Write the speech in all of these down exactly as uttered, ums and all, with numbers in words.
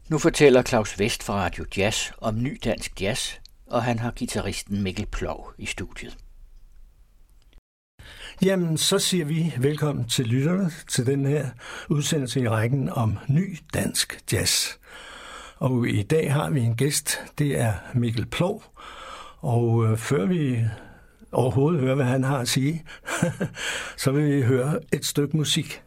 Nu fortæller Claus West fra Radio Jazz om ny dansk jazz, og han har guitaristen Mikkel Ploug i studiet. Jamen, så siger vi velkommen til lytterne til den her udsendelse i rækken om ny dansk jazz. Og i dag har vi en gæst, det er Mikkel Ploug. Og øh, før vi overhovedet hører, hvad han har at sige, så vil vi høre et stykke musik.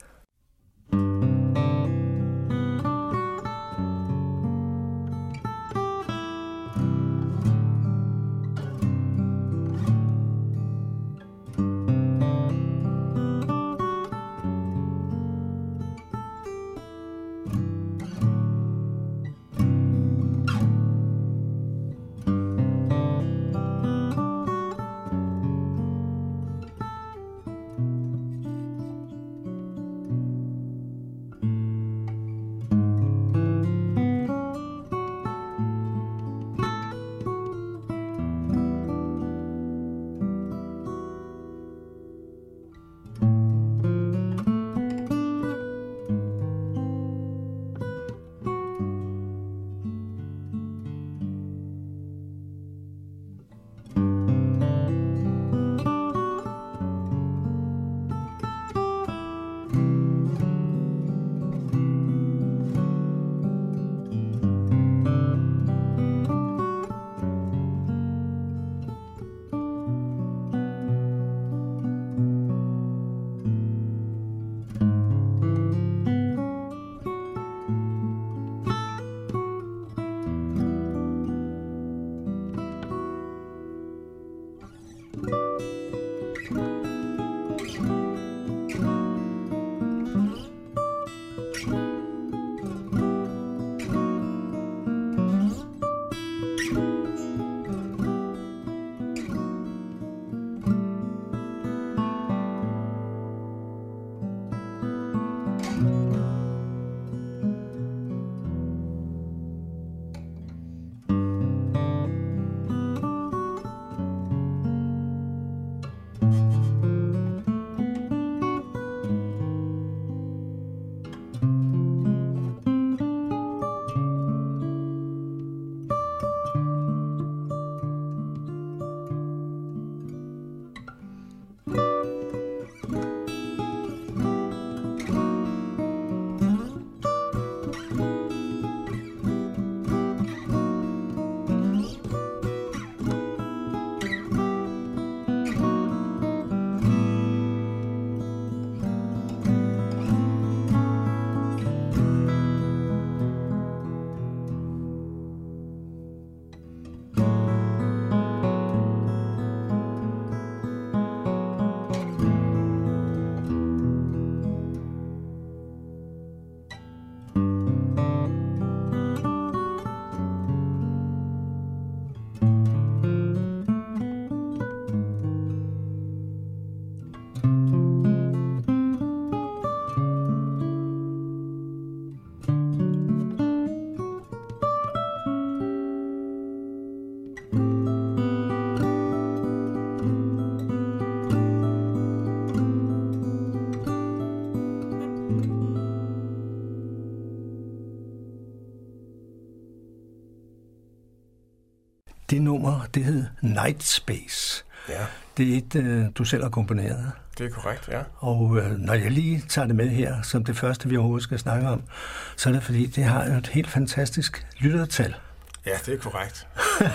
Det nummer, det hed Night Space. Ja. Det er et, øh, du selv har komponeret. Det er korrekt, ja. Og øh, når jeg lige tager det med her, som det første, vi overhovedet skal snakke om, så er det fordi, det har et helt fantastisk lyttertal. Ja, det er korrekt.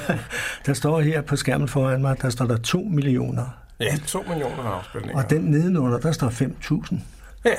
Der står her på skærmen foran mig, der står der to millioner. Ja, to millioner afspilninger. Og den nedenunder, der står fem tusind. Ja.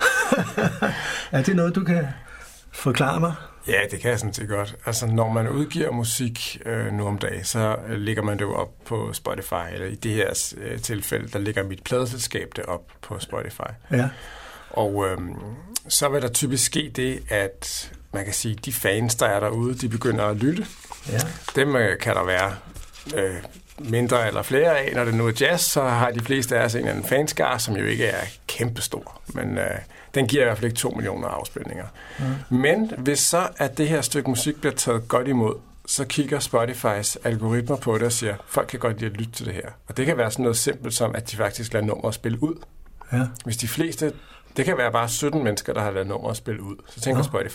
Er det noget, du kan forklare mig? Ja, det kan jeg sådan set godt. Altså, når man udgiver musik øh, nu om dagen, så øh, lægger man det jo op på Spotify, eller i det her øh, tilfælde, der ligger mit pladeselskab det op på Spotify. Ja. Og øh, så vil der typisk ske det, at man kan sige, de fans, der er derude, de begynder at lytte. Ja. Dem øh, kan der være øh, mindre eller flere af. Når det nu er jazz, så har de fleste af os en eller anden fanskare, som jo ikke er kæmpestor, men øh, den giver i hvert fald ikke to millioner afspilninger. Mm. Men hvis så, at det her stykke musik bliver taget godt imod, så kigger Spotifys algoritmer på det og siger, folk kan godt lide at lytte til det her. Og det kan være sådan noget simpelt som, at de faktisk lader nummer spille ud. Ja. Hvis de fleste, det kan være bare sytten mennesker, der har lavet nummer spille ud, så tænker ja. Spotify,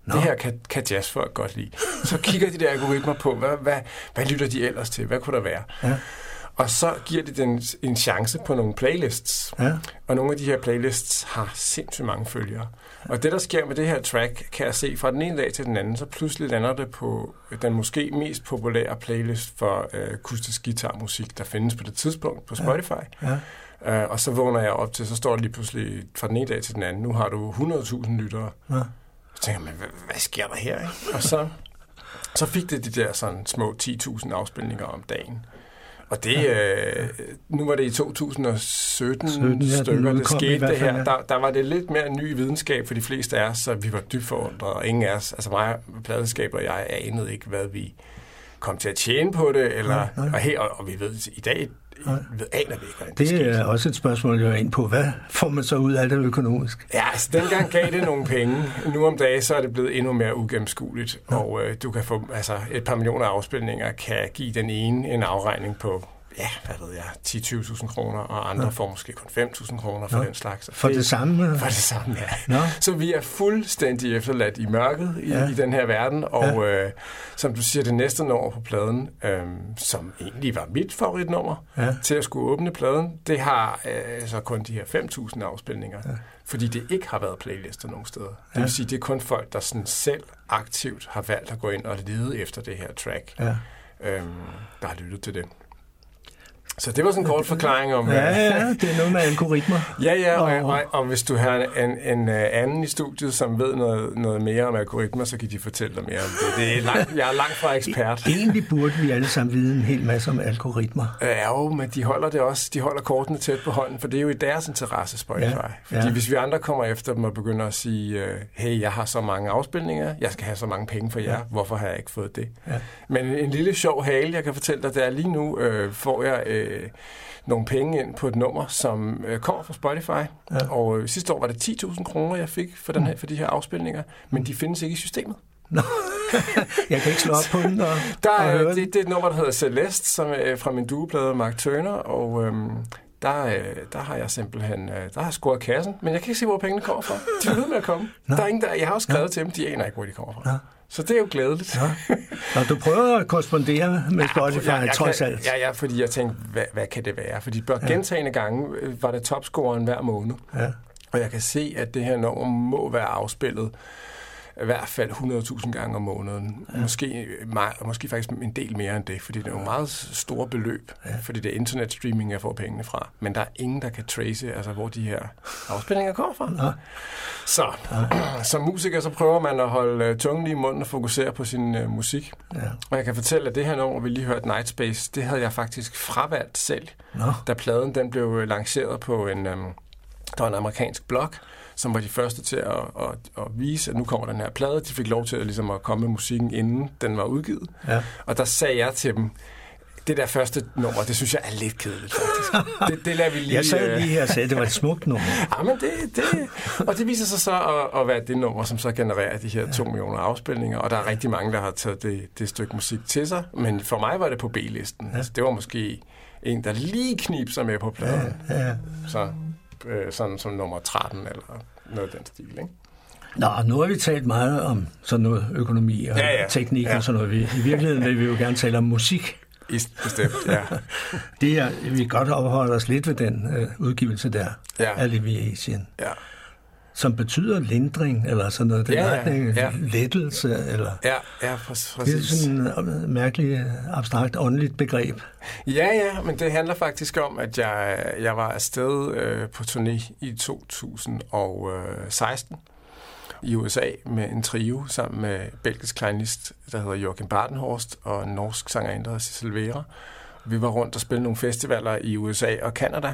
Nå. Det her kan, kan jazzfolk godt lide. Så kigger de der algoritmer på, hvad, hvad, hvad lytter de ellers til? Hvad kunne der være? Ja. Og så giver de den en chance på nogle playlists. Ja. Og nogle af de her playlists har sindssygt mange følgere. Og det, der sker med det her track, kan jeg se fra den ene dag til den anden, så pludselig lander det på den måske mest populære playlist for øh, akustisk guitarmusik, der findes på det tidspunkt på Spotify. Ja. Ja. Uh, og så vågner jeg op til, så står det lige pludselig fra den ene dag til den anden, nu har du hundrede tusind lyttere. Ja. Så tænker jeg, hvad, hvad sker der her? Ikke? Og så, så fik det de der sådan små ti tusind afspilninger om dagen. Og det, ja. øh, nu var det i to tusind og sytten sytten, ja, stykker, det skete det her. Ja. Der, der var det lidt mere ny videnskab for de fleste af os, så vi var dybt forundrede, og ingen af os, altså mig, pladeskaber og jeg, anede ikke, hvad vi kom til at tjene på det, eller, ja, ja. Og, her, og, og vi ved i dag, ja. ved, aner vi ikke, hvordan det, det skete. Det er også et spørgsmål, jeg er ind på. Hvad får man så ud af det økonomisk? Ja, altså dengang gav det nogle penge. Nu om dagen, så er det blevet endnu mere ugennemskueligt, ja. Og øh, du kan få, altså et par millioner afspilninger kan give den ene en afregning på, ja, hvad ved jeg, ti til tyve tusind kroner, og andre ja. Får måske kun fem tusind kroner for ja. Den slags. For det, det samme? For det samme, ja. ja. Så vi er fuldstændig efterladt i mørket i, ja. I den her verden, og ja. øh, som du siger, det næste nummer på pladen, øh, som egentlig var mit favoritnummer ja. Til at skulle åbne pladen, det har øh, så kun de her fem tusind afspilninger, ja. Fordi det ikke har været playlister nogen steder. Det ja. Vil sige, det er kun folk, der sådan selv aktivt har valgt at gå ind og lede efter det her track, ja. øh, der har lyttet til det. Så det var sådan en kort forklaring om... Ja, ja, det er noget med algoritmer. Ja, ja, og, og, og hvis du har en, en anden i studiet, som ved noget, noget mere om algoritmer, så kan de fortælle dig mere om det. det er langt, jeg er langt fra ekspert. Egentlig burde vi alle sammen vide en hel masse om algoritmer. Ja, jo, men de holder det også. De holder kortene tæt på hånden, for det er jo i deres interesse, Spotify. Ja, fordi ja. Hvis vi andre kommer efter dem og begynder at sige, hey, jeg har så mange afspilninger, jeg skal have så mange penge for jer, ja. Hvorfor har jeg ikke fået det? Ja. Men en lille sjov hale, jeg kan fortælle dig, det er lige nu, øh, får jeg... Øh, nogle penge ind på et nummer, som øh, kommer fra Spotify. Ja. Og øh, sidste år var det ti tusind kroner, jeg fik for, den her, for de her afspilninger, men de findes ikke i systemet. No. Jeg kan ikke slå op på den og, der og er, høre det, det er et nummer, der hedder Celeste, som er fra min dueplade Mark Turner, og øhm, der, øh, der har jeg simpelthen øh, der har jeg scoret kassen, men jeg kan ikke se, hvor pengene kommer fra. De er ved med at komme. No. Der er ingen, der, jeg har også skrevet no. til dem, de aner ikke, hvor de kommer fra. No. Så det er jo glædeligt. Ja. Når du prøver at korrespondere med Spotify, ja, trods alt. Ja, ja, fordi jeg tænkte, hvad, hvad kan det være? Fordi ja. Gentagende gange var det topscoren hver måned. Ja. Og jeg kan se, at det her nummer må være afspillet i hvert fald hundrede tusind gange om måneden. Ja. Måske, meget, måske faktisk en del mere end det, fordi det er jo meget store beløb, ja. Fordi det er internetstreaming, jeg får pengene fra. Men der er ingen, der kan trace, altså, hvor de her afspilninger kommer fra. Ja. Så ja. Som musiker, så prøver man at holde tungen lige i munden og fokusere på sin uh, musik. Ja. Og jeg kan fortælle, at det her nummer, vi lige hørte Night Space, det havde jeg faktisk fravalgt selv, ja. Da pladen den blev lanceret på en, um, der var en amerikansk blog, som var de første til at, at, at vise, at nu kommer den her plade. De fik lov til at, ligesom, at komme med musikken, inden den var udgivet. Ja. Og der sagde jeg til dem, det der første nummer, det synes jeg er lidt kedeligt, faktisk. Det, det lader vi lige... Jeg sad lige her og sagde, at det var et smukt nummer. Ja, men det, det... Og det viser sig så at, at være det nummer, som så genererer de her to millioner afspilninger, og der er rigtig mange, der har taget det, det stykke musik til sig, men for mig var det på B-listen. Ja. Altså, det var måske en, der lige knib sig med på pladen. Ja, ja. Så... sådan som nummer tretten eller noget af den stil, ikke? Nå, nu har vi talt meget om sådan noget økonomi og ja, ja. Teknik ja. Og sådan noget. I virkeligheden vil vi jo gerne tale om musik. Bestemt, ja. Det er, vi godt opholder os lidt ved den øh, udgivelse der, ja. Alleviation. Ja. Som betyder lindring, eller sådan noget. Den ja, retning, ja. Lettelse, eller... Ja, ja, præcis. Det er sådan et mærkeligt, abstrakt, åndeligt begreb. Ja, ja, men det handler faktisk om, at jeg, jeg var afsted øh, på turné i to tusind og seksten i U S A med en trio sammen med belgisk kleinist, der hedder Joachim Badenhorst, og en norsk sangerinde, der hedder Sissel Vera. Vi var rundt og spillede nogle festivaler i U S A og Canada,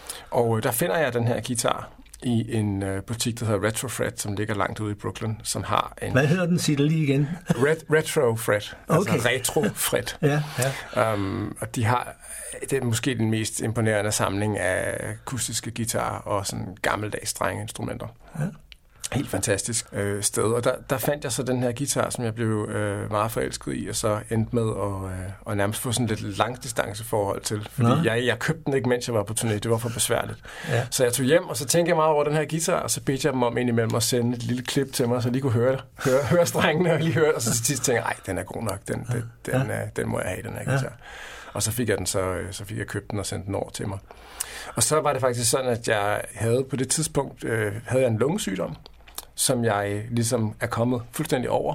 og øh, der finder jeg den her guitar i en øh, butik, der hedder Retro Fred, som ligger langt ude i Brooklyn, som har en... Hvad hedder den? Sig det lige igen. Ret, Retro Fred. Okay. Altså Retro Fred. ja, ja. Um, og de har... Det er måske den mest imponerende samling af akustiske guitarer og sådan gammeldags strengeinstrumenter. Ja. Helt fantastisk øh, sted. Og der, der fandt jeg så den her guitar, som jeg blev øh, meget forelsket i, og så endte med at, øh, at nærmest få sådan lidt langdistanceforhold til. Fordi jeg, jeg købte den ikke, mens jeg var på turné. Det var for besværligt. Ja. Så jeg tog hjem, og så tænkte jeg meget over den her guitar, og så bedte jeg dem om indimellem at sende et lille klip til mig, så jeg lige kunne høre, høre, høre strengene, og lige høre, og så til sidst tænkte jeg, ej, den er god nok, den, den, den, ja. den, den må jeg have, den her guitar. Ja. Og så fik jeg den så, så fik jeg købt den og sendt den over til mig. Og så var det faktisk sådan, at jeg havde på det tidspunkt øh, havde jeg en lungesygdom, som jeg ligesom er kommet fuldstændig over.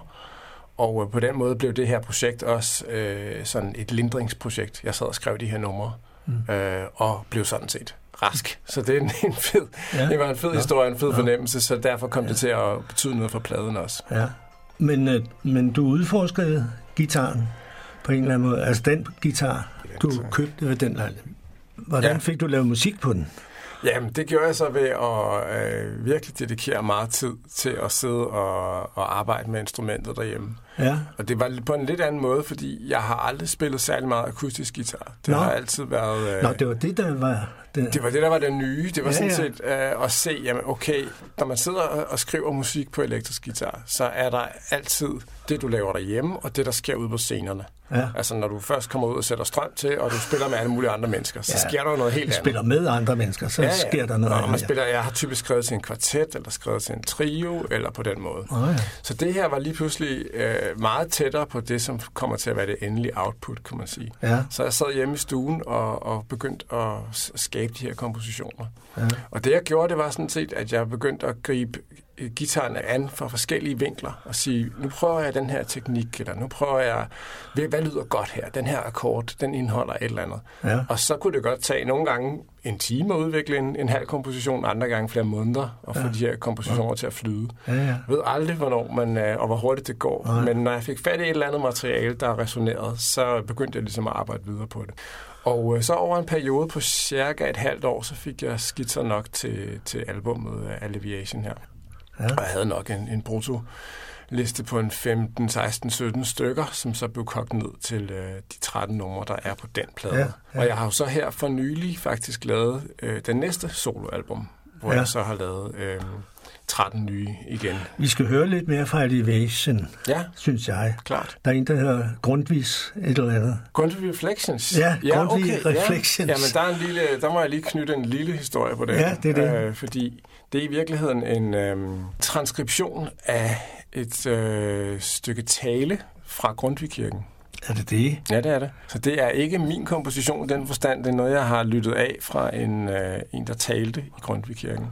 Og øh, på den måde blev det her projekt også øh, sådan et lindringsprojekt. Jeg sad og skrev de her numre, mm. øh, og blev sådan set rask. Så det er en, en fed, ja. det var en fed ja. historie, en fed ja. fornemmelse, så derfor kom ja. det til at betyde noget for pladen også. Ja. Men, øh, men du udforskede gitaren på en eller anden måde. Altså den guitar, du købte ved den lejlighed. Hvordan ja. fik du lavet musik på den? Jamen, det gjorde jeg så ved at øh, virkelig dedikere meget tid til at sidde og, og arbejde med instrumentet derhjemme. Ja. Og det var på en lidt anden måde, fordi jeg har aldrig spillet særlig meget akustisk guitar. Det Nå. har altid været... Øh, Nå, det var det, der var... Det, det var det, der var det nye. Det var ja, sådan ja. set øh, at se, jamen okay, når man sidder og, og skriver musik på elektrisk guitar, så er der altid det, du laver derhjemme, og det, der sker ude på scenerne. Ja. Altså, når du først kommer ud og sætter strøm til, og du spiller med alle mulige andre mennesker, så ja. sker der jo noget helt andet. spiller med andre mennesker, så ja, ja. sker der noget Nå, andet. Man spiller, jeg har typisk skrevet til en kvartet, eller skrevet til en trio, eller på den måde. Oh, ja. Så det her var lige pludselig øh, meget tættere på det, som kommer til at være det endelige output, kan man sige. Ja. Så jeg sad hjemme i stuen og, og begyndte at skabe de her kompositioner. Ja. Og det, jeg gjorde, det var sådan set, at jeg begyndte at gribe guitaren an fra forskellige vinkler og sige, nu prøver jeg den her teknik, eller nu prøver jeg, hvad lyder godt her? Den her akkord, den indeholder et eller andet. Ja. Og så kunne det godt tage nogle gange en time at udvikle en, en halv komposition, andre gange flere måneder, og ja. få de her kompositioner ja. til at flyde. Ja, ja. Jeg ved aldrig, hvornår man, og hvor hurtigt det går. Ja. Men når jeg fik fat i et eller andet materiale, der resonerede, så begyndte jeg ligesom at arbejde videre på det. Og så over en periode på cirka et halvt år, så fik jeg skitser nok til, til albummet Alleviation her. Ja. Og jeg havde nok en, en brutto-liste på en femten, seksten, sytten stykker, som så blev kogt ned til øh, de tretten numre, der er på den plade. Ja, ja. Og jeg har jo så her for nylig faktisk lavet øh, den næste soloalbum, hvor ja. jeg så har lavet øh, tretten nye igen. Vi skal høre lidt mere fra Alleviation, ja, synes jeg. Klart. Der er en, der hedder Grundtvigs et eller andet. Grundtvig Reflections? Ja, Grundtvig ja, okay. Reflections. Ja. Jamen, der, er en lille, der må jeg lige knytte en lille historie på det. Ja, det er det. Øh, fordi det er i virkeligheden en øh, transkription af et øh, stykke tale fra Grundtvigkirken. Er det det? Ja, det er det. Så det er ikke min komposition i den forstand. Det er noget, jeg har lyttet af fra en, øh, en der talte i Grundtvigkirken.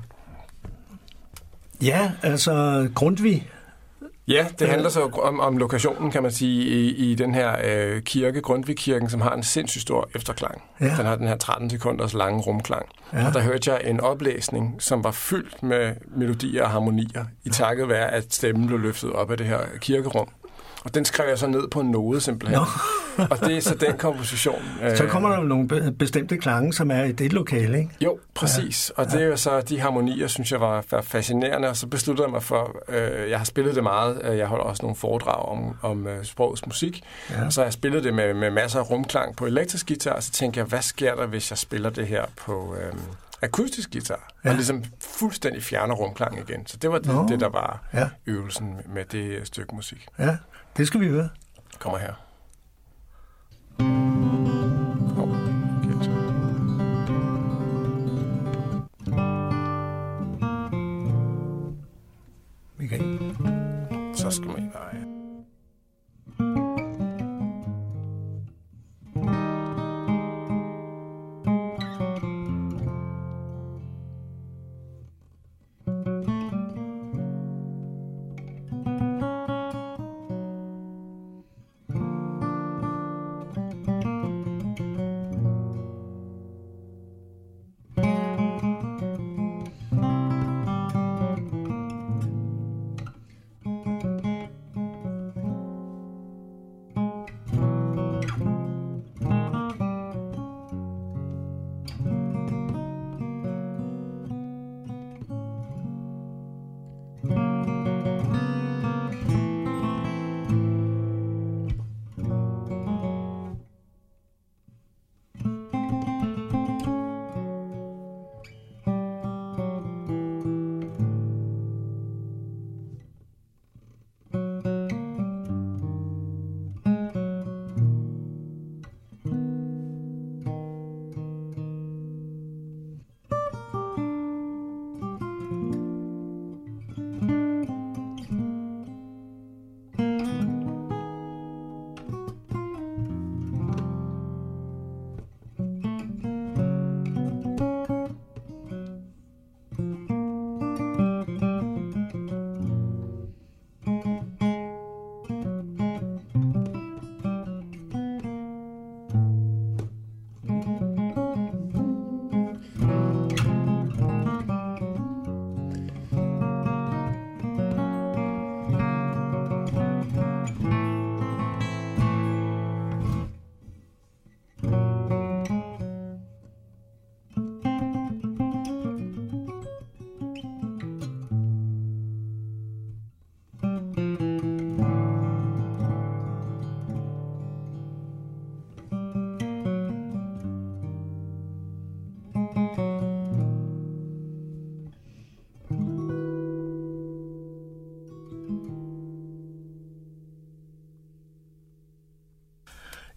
Ja, altså Grundtvig. Ja, det handler så om, om lokationen, kan man sige, i, i den her øh, kirke, Grundtvigkirken, som har en sindssygt stor efterklang. Ja. Den har den her tretten sekunders lange rumklang. Ja. Og der hørte jeg en oplæsning, som var fyldt med melodier og harmonier, i takket være, at stemmen blev løftet op af det her kirkerum. Og den skrev jeg så ned på en node, simpelthen. No. Og det er så den komposition. Så kommer der jo nogle bestemte klange, som er i det lokale, ikke? Jo, præcis. Ja. Og det er jo så, de harmonier, synes jeg var fascinerende. Og så besluttede jeg mig for, øh, jeg har spillet det meget. Jeg holder også nogle foredrag om, om øh, sprogets musik. Ja. Og så har jeg spillet det med, med masser af rumklang på elektrisk guitar. Og så tænker jeg, hvad sker der, hvis jeg spiller det her på øh, akustisk guitar? Ja. Og ligesom fuldstændig fjerner rumklang igen. Så det var det, no. det der var ja. øvelsen med det stykke musik. Ja. Det skal vi høre. Kommer her. Okay. Så skal man bare...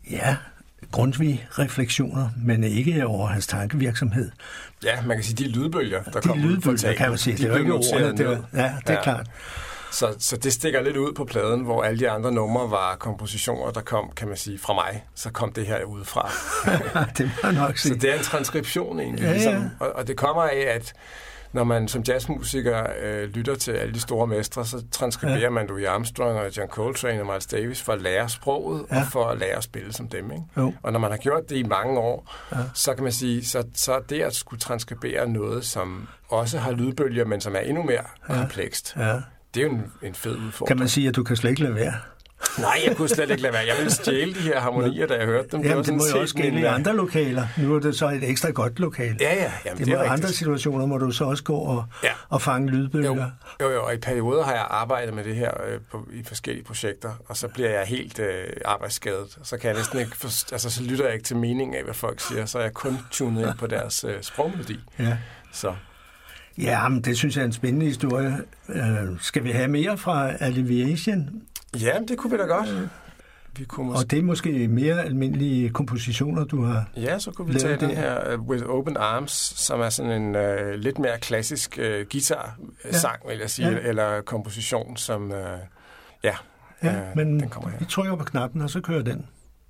Ja, Grundtvig-refleksioner, men ikke over hans tankevirksomhed. Ja, man kan sige, de lydbølger, der de kommer ud lydbølger, taget, kan man sige. De det er jo ikke ordene, det var, ja, det er ja. klart. Så, så det stikker lidt ud på pladen, hvor alle de andre numre var kompositioner, der kom, kan man sige, fra mig. Så kom det her udefra. Det må jeg nok sige. Så det er en transkription egentlig. Ja, ja. Ligesom, og, og det kommer af, at når man som jazzmusiker øh, lytter til alle de store mestre, så transkriberer ja. man Louis Armstrong og John Coltrane og Miles Davis for at lære sproget ja. og for at lære at spille som dem. Ikke? Og når man har gjort det i mange år, ja. så kan man sige, så, så det at skulle transkribere noget, som også har lydbølger, men som er endnu mere ja. komplekst, ja. det er jo en, en fed udfordring. Kan man sige, at du kan slet ikke lade være? Nej, jeg kunne slet ikke lade være. Jeg ville stjæle de her harmonier, da jeg hørte dem. Jamen, det, det må jo også gælde i andre lokaler. Nu er det så et ekstra godt lokal. Ja, ja. Jamen, det, det må i andre situationer må du så også gå og, ja. og fange lydbølger. Jo, jo, jo, og i perioder har jeg arbejdet med det her øh, på, i forskellige projekter, og så bliver jeg helt øh, arbejdsskadet. Så kan jeg næsten ikke for, altså, så lytter jeg ikke til meningen af, hvad folk siger. Så er jeg kun tunet ind på deres øh, sprogmelodi. Ja. Så. Ja, men det synes jeg er en spændende historie. Øh, skal vi have mere fra Alleviation? Ja, det kunne vi da godt. Vi kunne måske... Og det er måske mere almindelige kompositioner, du har Ja, så kunne vi tage den her uh, With Open Arms, som er sådan en uh, lidt mere klassisk uh, guitar-sang, ja. vil jeg sige, ja. eller komposition, som, uh, ja, ja uh, men den kommer her. Vi trykker på knappen, og så kører den.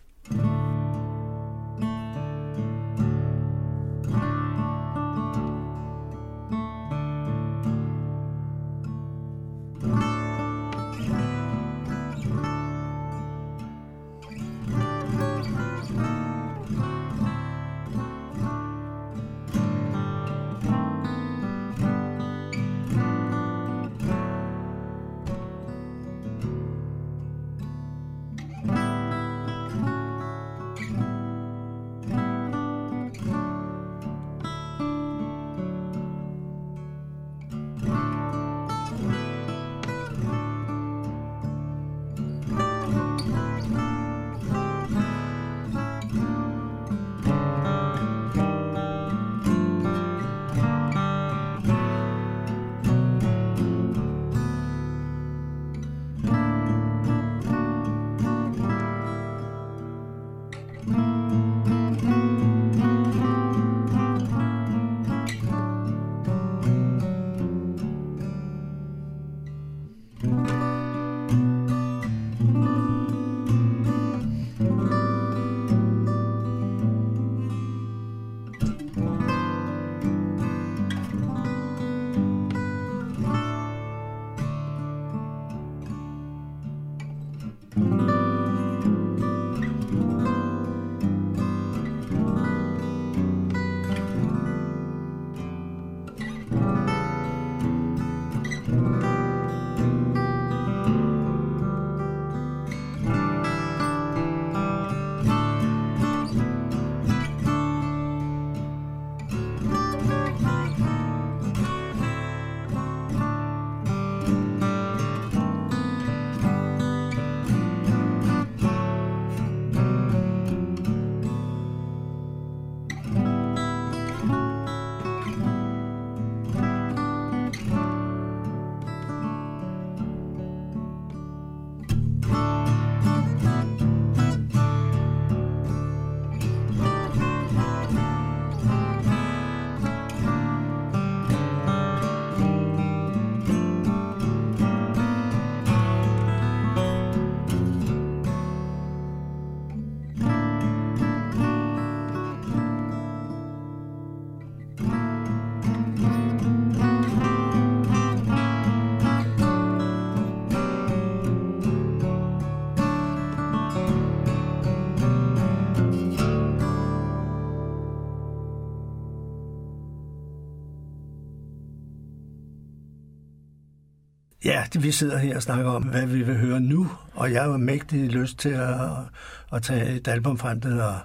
Ja, vi sidder her og snakker om, hvad vi vil høre nu, og jeg har mægtig lyst til at, at tage et album frem, der hedder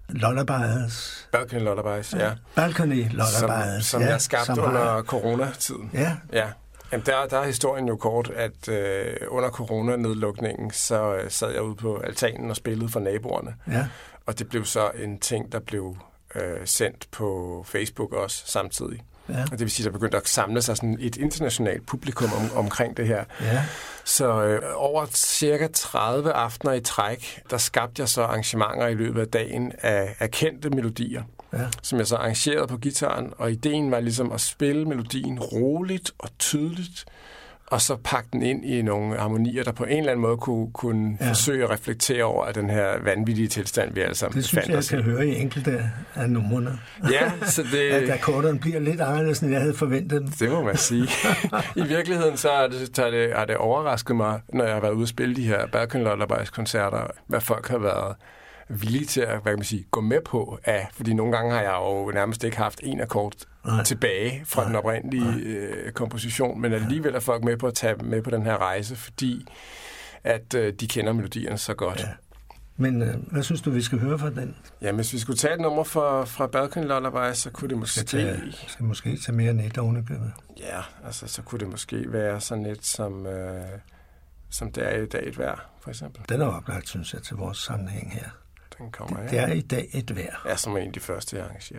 Lullabies. Balcony Lullabies, ja. Balcony Lullabies, Som, som ja, jeg skabte som under har... coronatiden. Ja. Ja. Jamen, der, der er historien jo kort, at øh, under coronanedlukningen, så øh, sad jeg ude på altanen og spillede for naboerne. Ja. Og det blev så en ting, der blev øh, sendt på Facebook også samtidig. Ja. Og det vil sige, at der begyndte at samle sig sådan et internationalt publikum om, omkring det her. Ja. Så øh, over cirka tredive aftener i træk, der skabte jeg så arrangementer i løbet af dagen af, af kendte melodier, ja. Som jeg så arrangerede på gitaren. Og ideen var ligesom at spille melodien roligt og tydeligt, og så pakke den ind i nogle harmonier, der på en eller anden måde kunne, kunne ja. forsøge at reflektere over den her vanvittige tilstand, vi alle sammen det synes jeg, jeg kan høre i enkelte af numrene. Ja, så det... at akkorderne bliver lidt anderledes, end jeg havde forventet dem. Det må man sige. I virkeligheden så har det, har, det, har det overrasket mig, når jeg har været ude at spille de her Balkan Lullabies-koncerter, hvad folk har været villige til at hvad kan man sige, gå med på af. Fordi nogle gange har jeg jo nærmest ikke haft en akkord Nej. tilbage fra Nej. den oprindelige øh, komposition, men alligevel er folk med på at tage med på den her rejse, fordi at øh, de kender melodierne så godt. Ja. Men øh, hvad synes du, vi skal høre fra den? Ja, hvis vi skulle tage et nummer fra, fra Balkan Lullabies, så kunne det måske... Skal, tage, skal måske tage mere end et ovenikøbet. Ja, altså så kunne det måske være sådan et som, øh, som Der er i dag et vejr, for eksempel. Den er oplagt, synes jeg, til vores sammenhæng her. Den kommer det, det er i dag et vejr. Ja, som er en af de første, jeg arrangerede.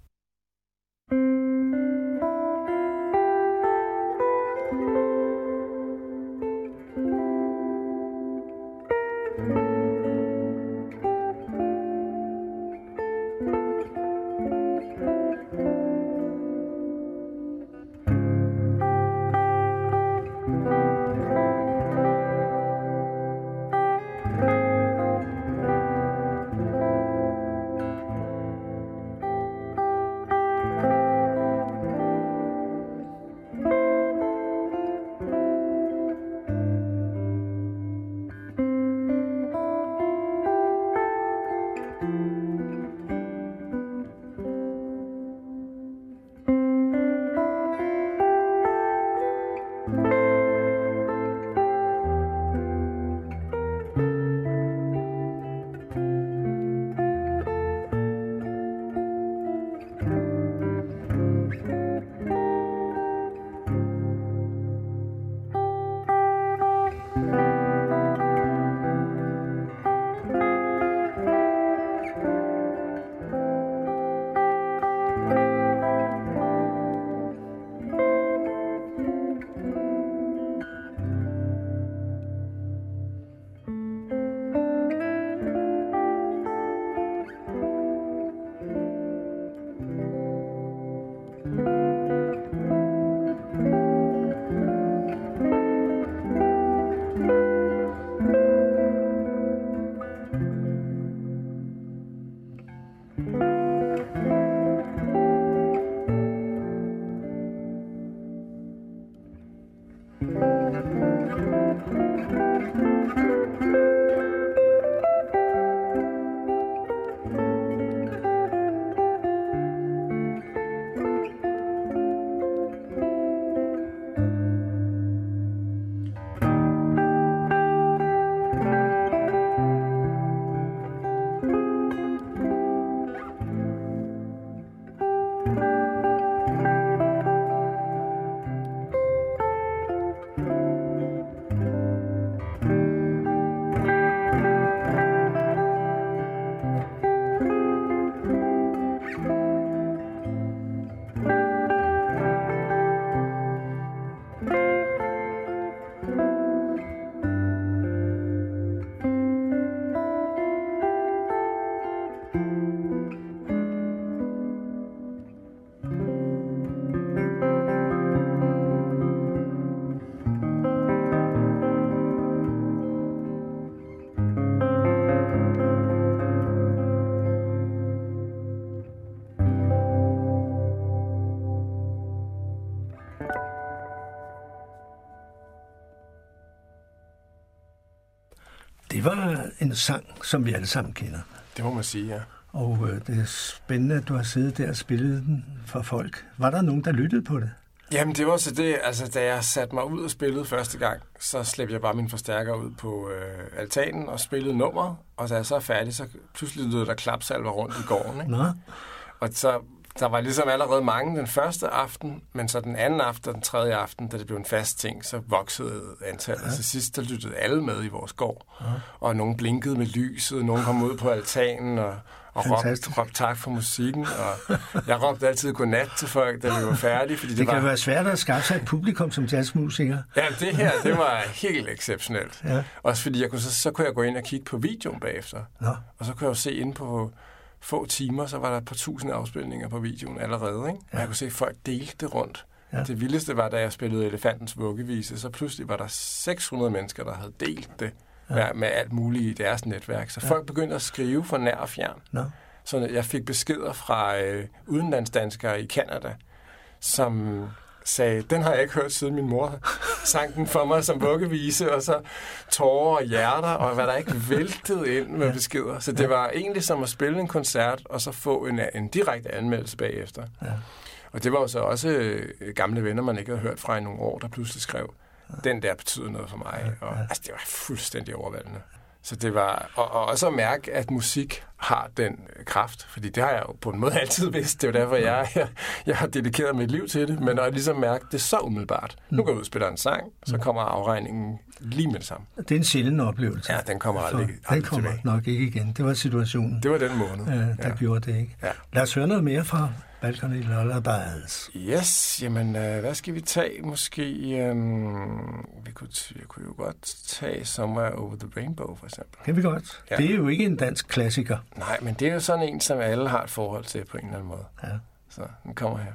Det var en sang, som vi alle sammen kender. Det må man sige, ja. Og øh, det er spændende, at du har siddet der og spillet den for folk. Var der nogen, der lyttede på det? Jamen, det var så det. Altså, da jeg satte mig ud og spillede første gang, så slæbte jeg bare min forstærker ud på øh, altanen og spillede nummer. Og da jeg så er færdig, så pludselig lød der klapsalver rundt i gården, ikke? Nå. Og så der var ligesom allerede mange den første aften, men så den anden aften og den tredje aften, da det blev en fast ting, så voksede antallet. Ja. Så sidst der lyttede alle med i vores gård, ja. Og nogen blinkede med lyset, nogen kom ud på altanen og, og råbte, råbte tak for musikken, og jeg råbte altid godnat til folk, da vi var færdige. Fordi det, det var... kan være svært at skaffe sig et publikum som jazzmusiker. Ja, det her, det var helt exceptionelt. Ja. Også fordi jeg kunne, så, så kunne jeg gå ind og kigge på videoen bagefter, ja. Og så kunne jeg jo se inde på få timer, så var der et par tusind afspilninger på videoen allerede, ikke? Ja. Og jeg kunne se, at folk delte det rundt. Ja. Det vildeste var, da jeg spillede Elefantens Vuggevise, så pludselig var der seks hundrede mennesker, der havde delt det ja. med, med alt muligt i deres netværk. Så ja. Folk begyndte at skrive for nær og fjern. No. Så jeg fik beskeder fra øh, udenlandsdanskere i Canada, som sagde, den har jeg ikke hørt siden min mor sang den for mig som vuggevise, og så tårer og hjerter, og hvad der ikke væltede ind med beskeder. Så det var egentlig som at spille en koncert, og så få en, en direkte anmeldelse bagefter. Ja. Og det var jo så også øh, gamle venner, man ikke havde hørt fra i nogle år, der pludselig skrev, den der betyder noget for mig. Og, altså, det var fuldstændig overvældende. Så det var, og, og også at mærke, at musik har den kraft, fordi det har jeg jo på en måde altid vidst. Det er jo derfor, jeg, jeg, jeg har dedikeret mit liv til det, men at ligesom mærke det så umiddelbart. Nu går jeg ud og spiller en sang, så kommer afregningen lige med det samme. Det er en sjælden oplevelse. Ja, den kommer aldrig, aldrig Den kommer tilbage. nok ikke igen. Det var situationen. Det var den måned. Øh, der ja. gjorde det, ikke? Ja. Lad os høre noget mere fra Balkan i Lullabies. Yes, jamen, øh, hvad skal vi tage? Måske, øhm, vi kunne, jeg kunne jo godt tage Somewhere Over the Rainbow, for eksempel. Kan vi godt. Ja. Det er jo ikke en dansk klassiker. Nej, men det er jo sådan en, som alle har et forhold til på en eller anden måde. Ja. Så den kommer her.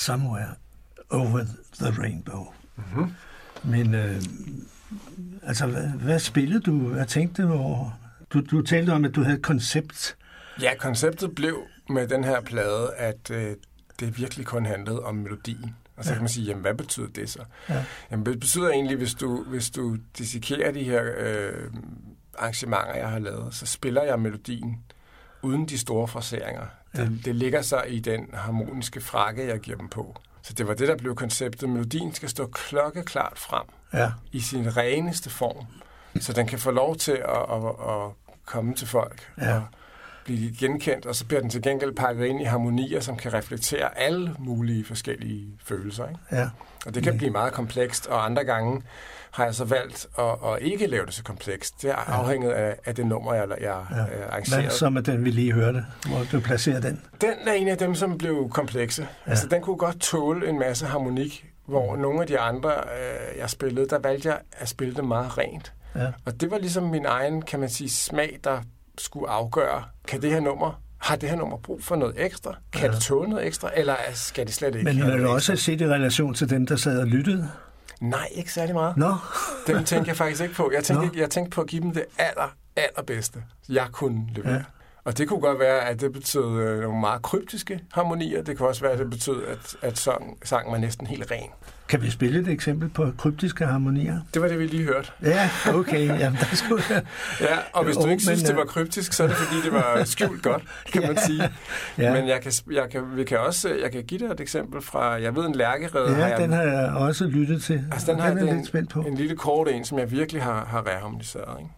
Somewhere Over the Rainbow. Mm-hmm. Men øh, altså, hvad, hvad spillede du? Hvad tænkte du over? Du, du talte om, at du havde et koncept. Ja, konceptet blev med den her plade, at øh, det virkelig kun handlede om melodien. Og så ja. kan man sige, jamen hvad betyder det så? Ja. Jamen det betyder egentlig, hvis du, hvis du dissekerer de her øh, arrangementer, jeg har lavet, så spiller jeg melodien uden de store fraseringer. Ja. Det, det ligger så i den harmoniske frakke, jeg giver dem på. Så det var det, der blev konceptet. Melodien skal stå klokkeklart frem ja. i sin reneste form, så den kan få lov til at, at, at komme til folk ja. og blive genkendt, og så bliver den til gengæld pakket ind i harmonier, som kan reflektere alle mulige forskellige følelser. Ikke? Ja. Og det kan blive meget komplekst, og andre gange har jeg så valgt at, at ikke lave det så komplekst. Det er afhængigt af, af det nummer, jeg, jeg ja. arrangerede. Hvad så med den, vi lige hørte? Hvor du placerer den? Den er en af dem, som blev komplekse. Ja. Altså, den kunne godt tåle en masse harmonik, hvor nogle af de andre, øh, jeg spillede, der valgte jeg at spille det meget rent. Ja. Og det var ligesom min egen, kan man sige, smag, der skulle afgøre, kan det her nummer, har det her nummer brug for noget ekstra? Kan ja. det tåle noget ekstra, eller skal det slet ikke? Men har du også set i relation til dem, der sad og lyttede? Nej, ikke særlig meget. Nå. Dem tænkte jeg faktisk ikke på. Jeg tænkte, jeg tænkte på at give dem det aller, allerbedste, jeg kunne levere. Ja. Og det kunne godt være, at det betød øh, nogle meget kryptiske harmonier. Det kunne også være, at det betød, at, at sang, sangen var næsten helt ren. Kan vi spille et eksempel på kryptiske harmonier? Det var det, vi lige hørte. Ja, okay. Jamen, der skulle jeg... Ja, og hvis du ikke synes, det var kryptisk, så er det, fordi det var skjult godt, kan man sige. Ja. Men jeg kan, jeg kan, vi kan også, jeg kan give dig et eksempel fra, jeg ved, en lærkerede. Ja, har jeg, den har jeg også lyttet til. Altså, den, den har jeg lidt spændt på. En lille kort en, som jeg virkelig har, har reharmoniseret, ikke?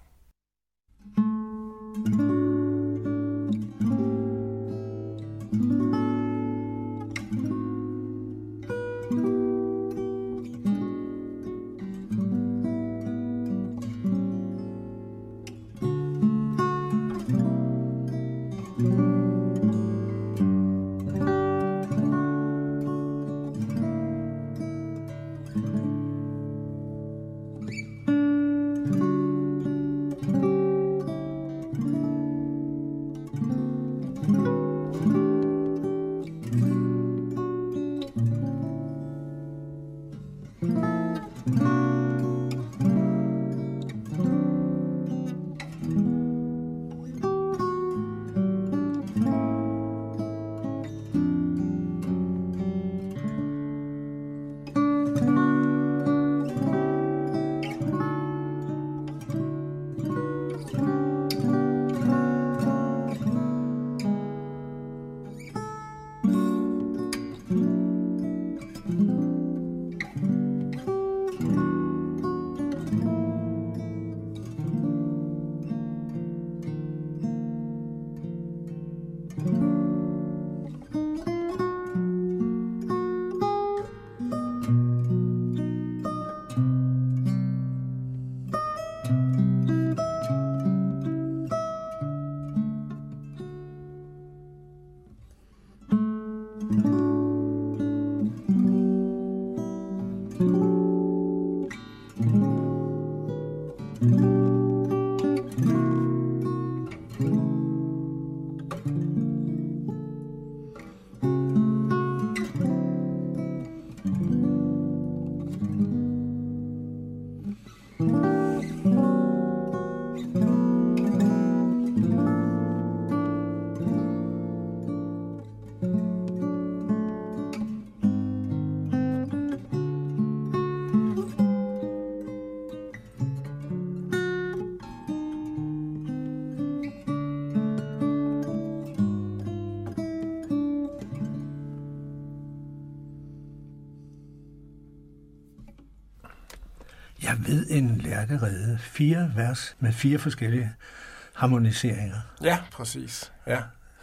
Jeg ved en lærkerede. Fire vers med fire forskellige harmoniseringer. Ja, præcis. Ja.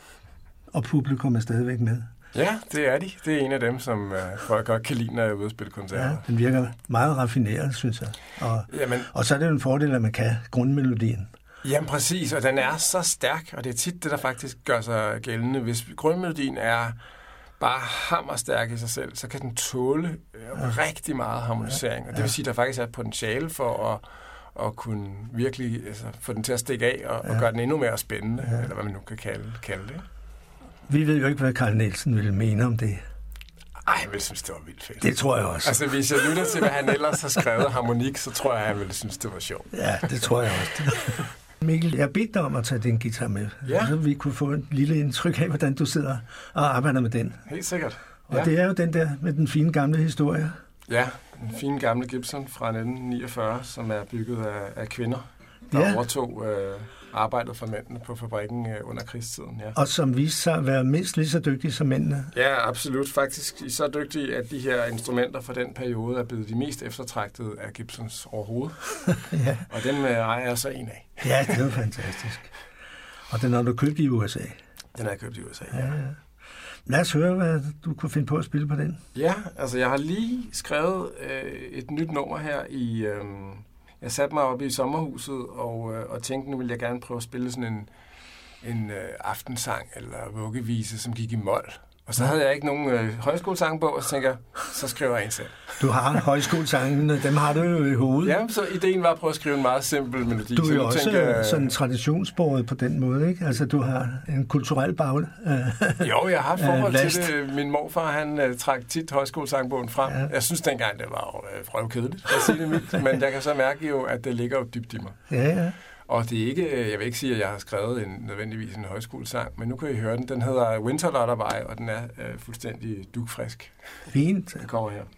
Og publikum er stadigvæk med. Ja, det er de. Det er en af dem, som uh, folk godt kan lide, når jeg er ude og spille koncerter. Ja, den virker meget raffineret, synes jeg. Og, Jamen, og så er det jo en fordel, at man kan grundmelodien. Jamen præcis, og den er så stærk, og det er tit det, der faktisk gør sig gældende. Hvis grundmelodien er bare hammerstærk i sig selv, så kan den tåle ja. rigtig meget harmonisering. Og det vil sige, at der faktisk er et potentiale for at, at kunne virkelig altså, få den til at stikke af og, ja. og gøre den endnu mere spændende, ja. eller hvad man nu kan kalde, kalde det. Vi ved jo ikke, hvad Carl Nielsen ville mene om det. Ej, jeg ville synes, det var vildt fedt. Det tror jeg også. Altså, hvis jeg lytter til, hvad han ellers har skrevet harmonik, så tror jeg, han ville synes, det var sjovt. Ja, det tror jeg også. Mikkel, jeg bedte dig om at tage din guitar med, ja. så vi kunne få et lille indtryk af, hvordan du sidder og arbejder med den. Helt sikkert. Og ja. det er jo den der med den fine gamle historie. Ja, en fin gamle Gibson fra nitten niogfyrre, som er bygget af, af kvinder, der ja. overtog øh, arbejdet for mændene på fabrikken øh, under krigstiden. Ja. Og som viste sig at være mindst lige så dygtige som mændene. Ja, absolut. Faktisk så dygtige, at de her instrumenter fra den periode er blevet de mest eftertragtede af Gibsons overhovedet. ja. Og dem øh, ejer jeg så en af. Ja, det er jo fantastisk. Og den har du købt i U S A? Den har jeg købt i U S A, ja. ja, ja. Lad os høre, hvad du kunne finde på at spille på den. Ja, altså jeg har lige skrevet øh, et nyt nummer her i... Øh, jeg satte mig op i sommerhuset og, øh, og tænkte, nu vil jeg gerne prøve at spille sådan en, en øh, aftensang eller vuggevise, som gik i mol. Og så havde jeg ikke nogen øh, højskolesangbog, og så tænker jeg, så skriver jeg en selv. Du har højskolesangene, dem har du jo i hovedet. Ja, så ideen var at prøve at skrive en meget simpel melodi. Du er jo også også tænker, sådan traditionsbordet på den måde, ikke? Altså, du har en kulturel bag. Øh, jo, jeg har haft forhold øh, til det. Min morfar, han øh, trak tit højskolesangbogen frem. Ja. Jeg synes dengang, det var jo øh, røvkedeligt, at sige det mildt, men jeg kan så mærke jo, at det ligger jo dybt i mig. Ja, ja. Og det er ikke, jeg vil ikke sige, at jeg har skrevet en, nødvendigvis en højskolesang, men nu kan I høre den. Den hedder Winter Lullaby, og den er øh, fuldstændig dugfrisk. Fint. Den kommer her.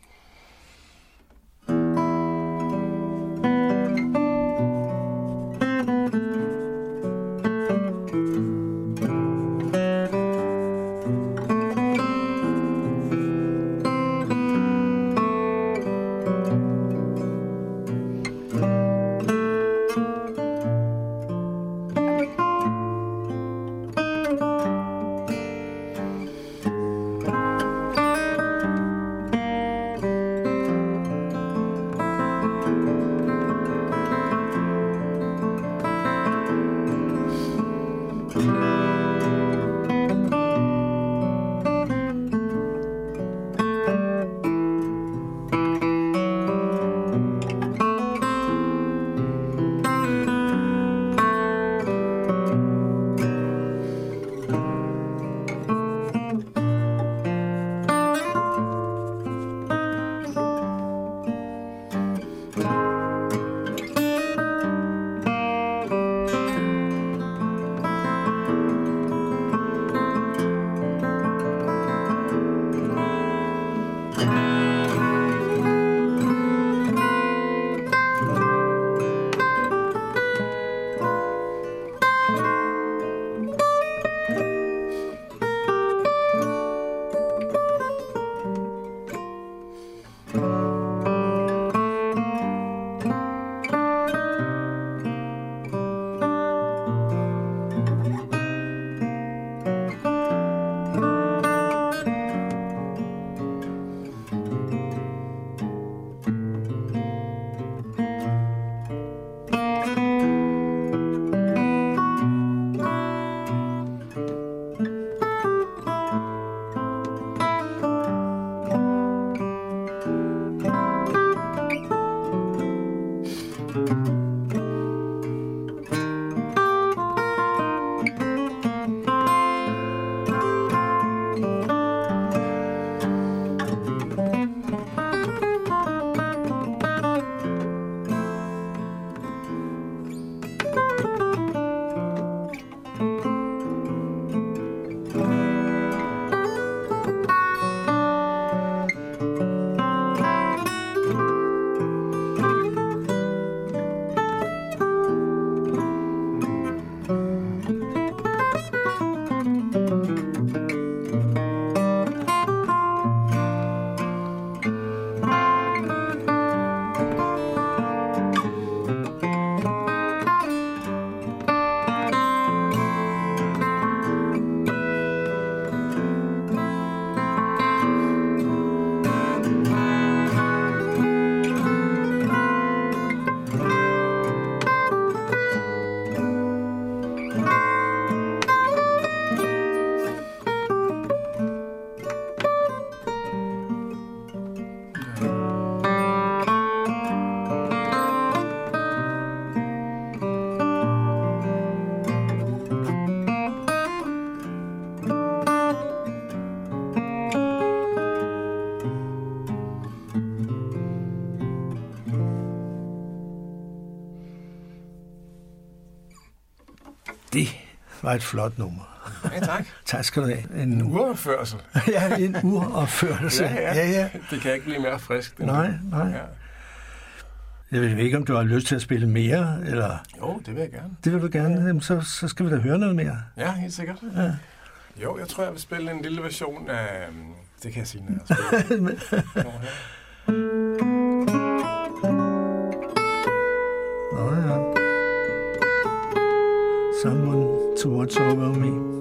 Det var et flot nummer. Ja, tak. Tak skal du have. En uropførsel. Ja, en uropførsel. ja, ja, ja, ja. Det kan ikke blive mere frisk. Nej, det. nej. Ja. Jeg ved ikke, om du har lyst til at spille mere, eller... Jo, det vil jeg gerne. Det vil du gerne? Jamen, så, så skal vi da høre noget mere. Ja, helt sikkert. Ja. Jo, jeg tror, jeg vil spille en lille version af... Det kan jeg sige, når jeg spiller. Nå ja. Someone to watch over me.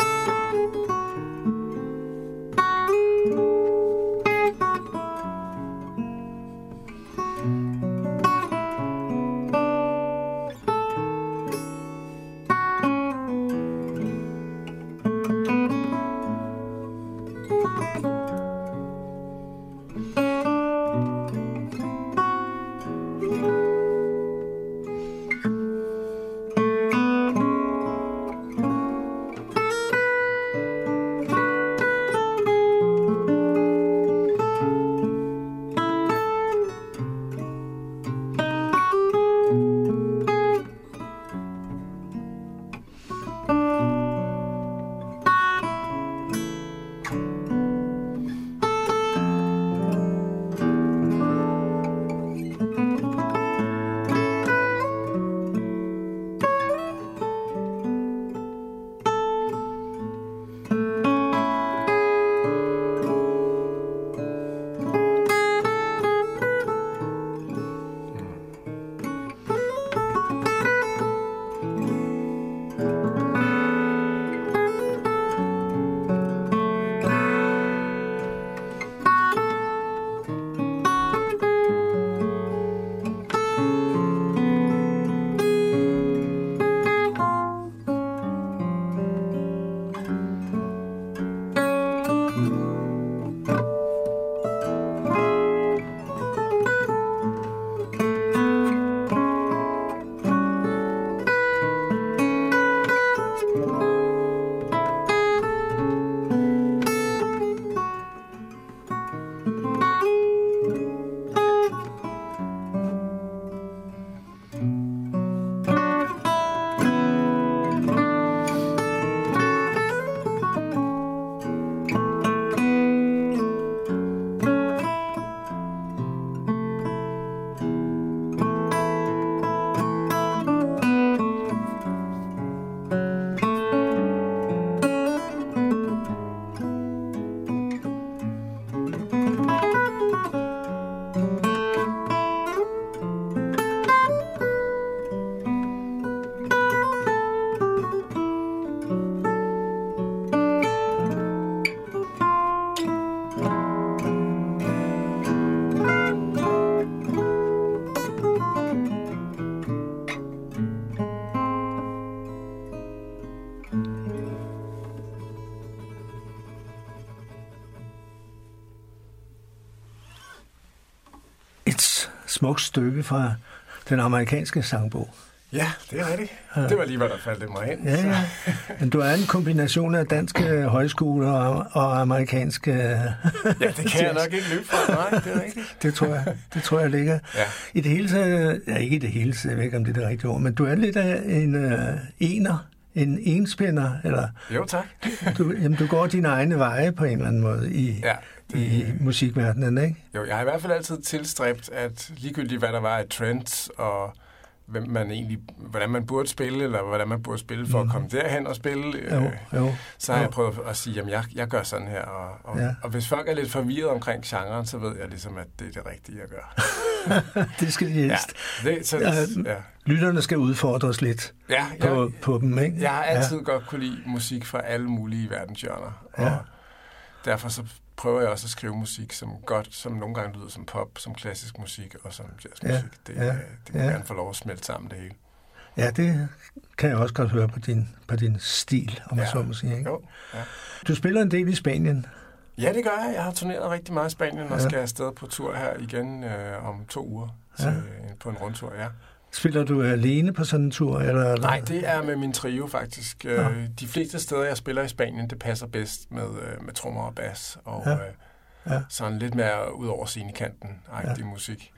smukt stykke fra den amerikanske sangbog. Ja, det er rigtigt. Det var lige, hvad der faldt mig ind. Ja, ja. Men du er en kombination af danske højskoler og, og amerikanske... Ja, det kan jeg nok ikke løbe fra. Nej, det er rigtigt. det tror jeg, det tror jeg ligger. Ja. I det hele taget, ja, ikke i det hele taget, jeg ved ikke, om det er det rigtige ord, men du er lidt af en uh, ener, en enspænder, eller... Jo, tak. Du, jamen, du går dine egne veje på en eller anden måde i... Ja. Det, i musikverdenen, ikke? Jo, jeg har i hvert fald altid tilstræbt, at ligegyldigt hvad der var af trends, og hvem man egentlig, hvordan man burde spille, eller hvordan man burde spille for mm. at komme derhen og spille, jo, øh, jo, så har jo. jeg prøvet at sige, jamen jeg, jeg gør sådan her, og, og, ja. og hvis folk er lidt forvirret omkring genren, så ved jeg ligesom, at det er det rigtige, jeg gør. Det skal de helst. Ja, det, så, ja, ja. Lytterne skal udfordres lidt ja, på, jeg, på dem, ikke? Jeg har altid ja. godt kunne lide musik fra alle mulige verdenshjørner, og ja. derfor så prøver jeg også at skrive musik, som godt, som nogle gange lyder som pop, som klassisk musik og som jazzmusik. Ja, det, ja, det kan ja. gerne få lov at smelte sammen det hele. Ja, det kan jeg også godt høre på din, på din stil, om man ja. så må sige. Ikke? Jo, ja. Du spiller en del i Spanien. Ja, det gør jeg. Jeg har turneret rigtig meget i Spanien, og ja. skal afsted på tur her igen øh, om to uger til, ja. på en rundtur, ja. Spiller du alene på sådan en tur? Eller? Nej, det er med min trio faktisk. Ja. De fleste steder, jeg spiller i Spanien, det passer bedst med, med trommer og bas, og ja. Ja. sådan lidt mere ud over scenekanten-agtig ja. musik.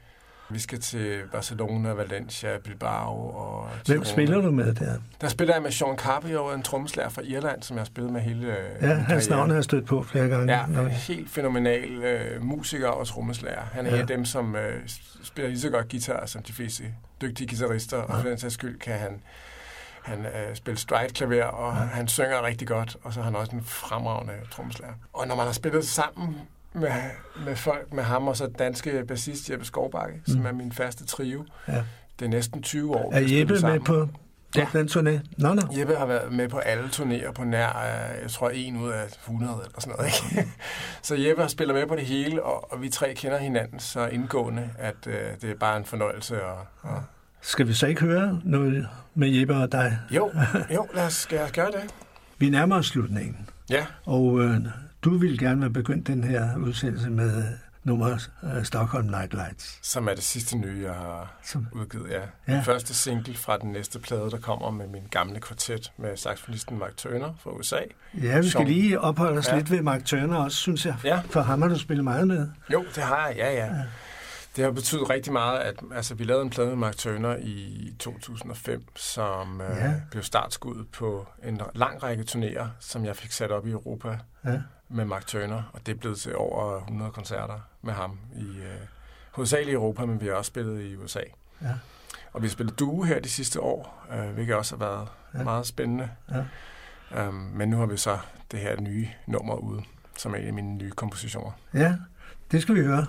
Vi skal til Barcelona, Valencia, Bilbao og Hvem spiller du med der? Der spiller jeg med Sean Carpio, en trommeslager fra Irland, som jeg har spillet med hele Ja, hans navn har jeg stødt på flere gange. Ja, en helt fænomenal øh, musiker og trommeslager. Han er ja. en af dem, som øh, spiller lige så godt guitar som de fleste dygtige guitarister, ja. og for den sags skyld kan han Han øh, spiller stride-klaver, og ja. han synger rigtig godt, og så har han også en fremragende trommeslager. Og når man har spillet sammen med, med folk, med ham og så danske bassist Jeppe Skovbakke, mm. som er min faste trio, ja. det er næsten tyve år. Er Jeppe med på ja. den turné? Nå, nå. Jeppe har været med på alle turnéer på nær, jeg tror, en ud af hundrede eller sådan noget. Ikke? Så Jeppe har spillet med på det hele, og, og vi tre kender hinanden så indgående, at øh, det er bare en fornøjelse. Og, og Skal vi så ikke høre noget med Jeppe og dig? Jo, jo lad os, skal jeg gøre det. Vi nærmer os slutningen. Ja. Og øh, du ville gerne have begyndt den her udsendelse med nummeret uh, Stockholm Nightlights. Som er det sidste nye, jeg har Som... udgivet, ja. ja. Den første single fra den næste plade, der kommer med min gamle kvartet med saxofonisten Mark Turner fra U S A. Ja, vi skal som... lige opholde os ja. lidt ved Mark Turner også, synes jeg. Ja. For ham har du spillet meget med. Jo, det har jeg, ja, ja. ja. Det har betydet rigtig meget, at altså, vi lavede en plade med Mark Turner i to tusind og fem, som ja. øh, blev startskuddet på en lang række turnéer, som jeg fik sat op i Europa ja. med Mark Turner, og det blev til over hundrede koncerter med ham i øh, hovedsageligt i Europa, men vi har også spillet i U S A. Ja. Og vi har spillet duo her de sidste år, øh, hvilket også har været ja. meget spændende. Ja. Um, men nu har vi så det her nye nummer ude, som er en af mine nye kompositioner. Ja, det skal vi høre.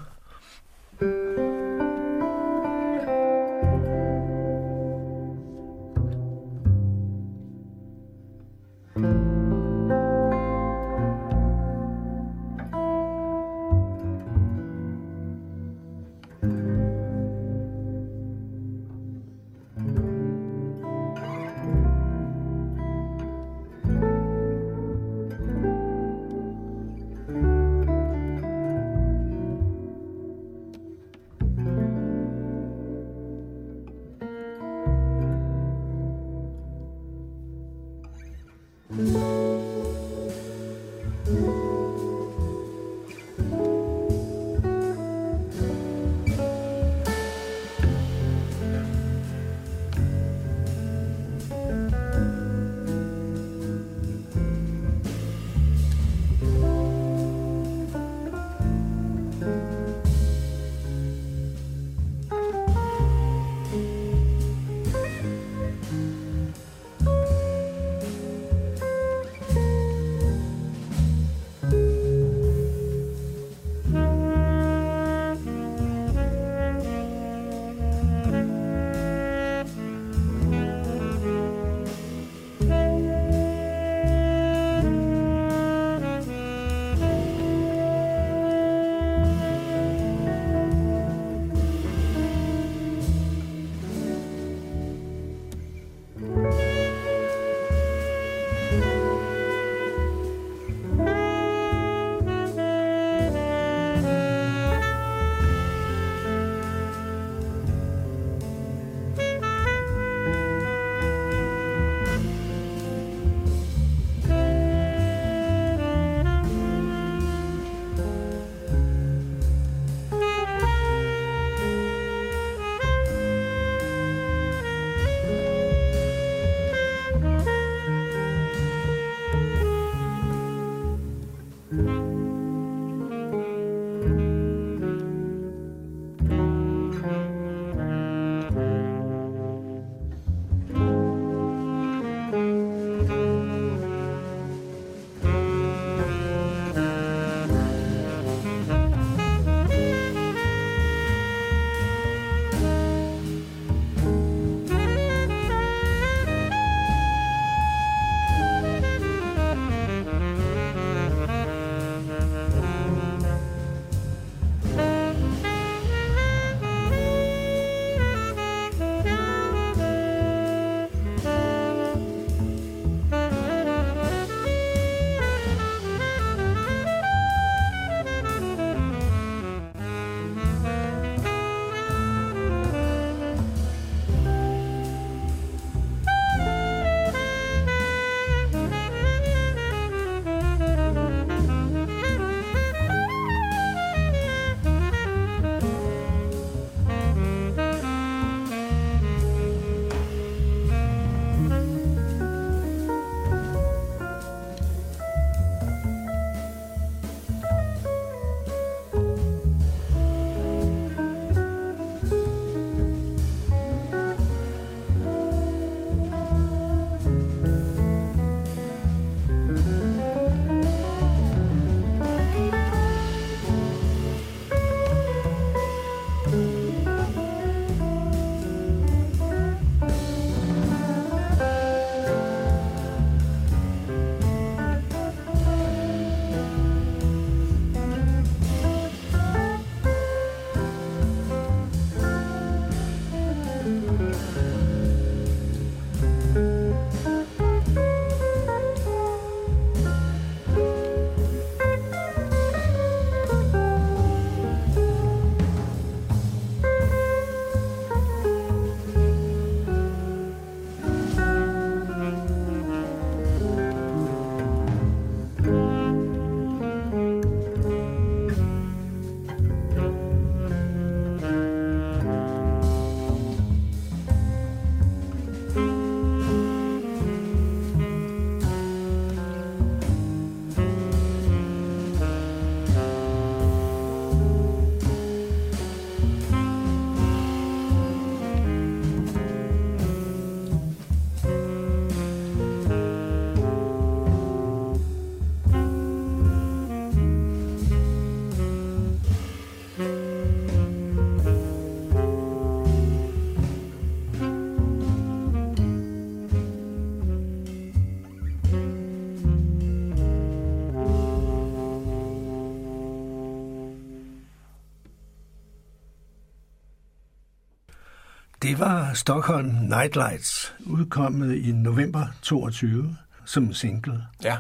Det var Stockholm Nightlights, udkommet i november toogtyve som en single. Ja.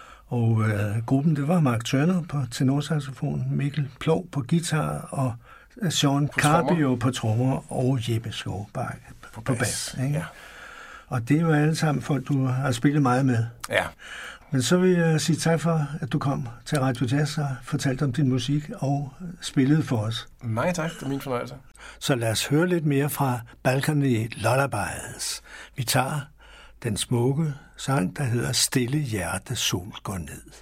Og øh, gruppen, det var Mark Turner på tenorsaxofon, Mikkel Ploug på guitar og Sean Carpio på trommer og Jeppe Skovbakke på, på bas. Ikke? Ja. Og det er jo alle sammen folk, du har spillet meget med. Ja. Men så vil jeg sige tak for, at du kom til Radio Jazz og fortalte om din musik og spillede for os. Mange tak, det er min fornøjelse. Så lad os høre lidt mere fra Balcony Lullabies. Vi tager den smukke sang, der hedder Stille hjerte, sol går ned.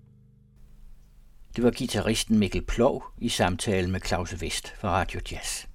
Det var guitaristen Mikkel Ploug i samtale med Claus Vest fra Radio Jazz.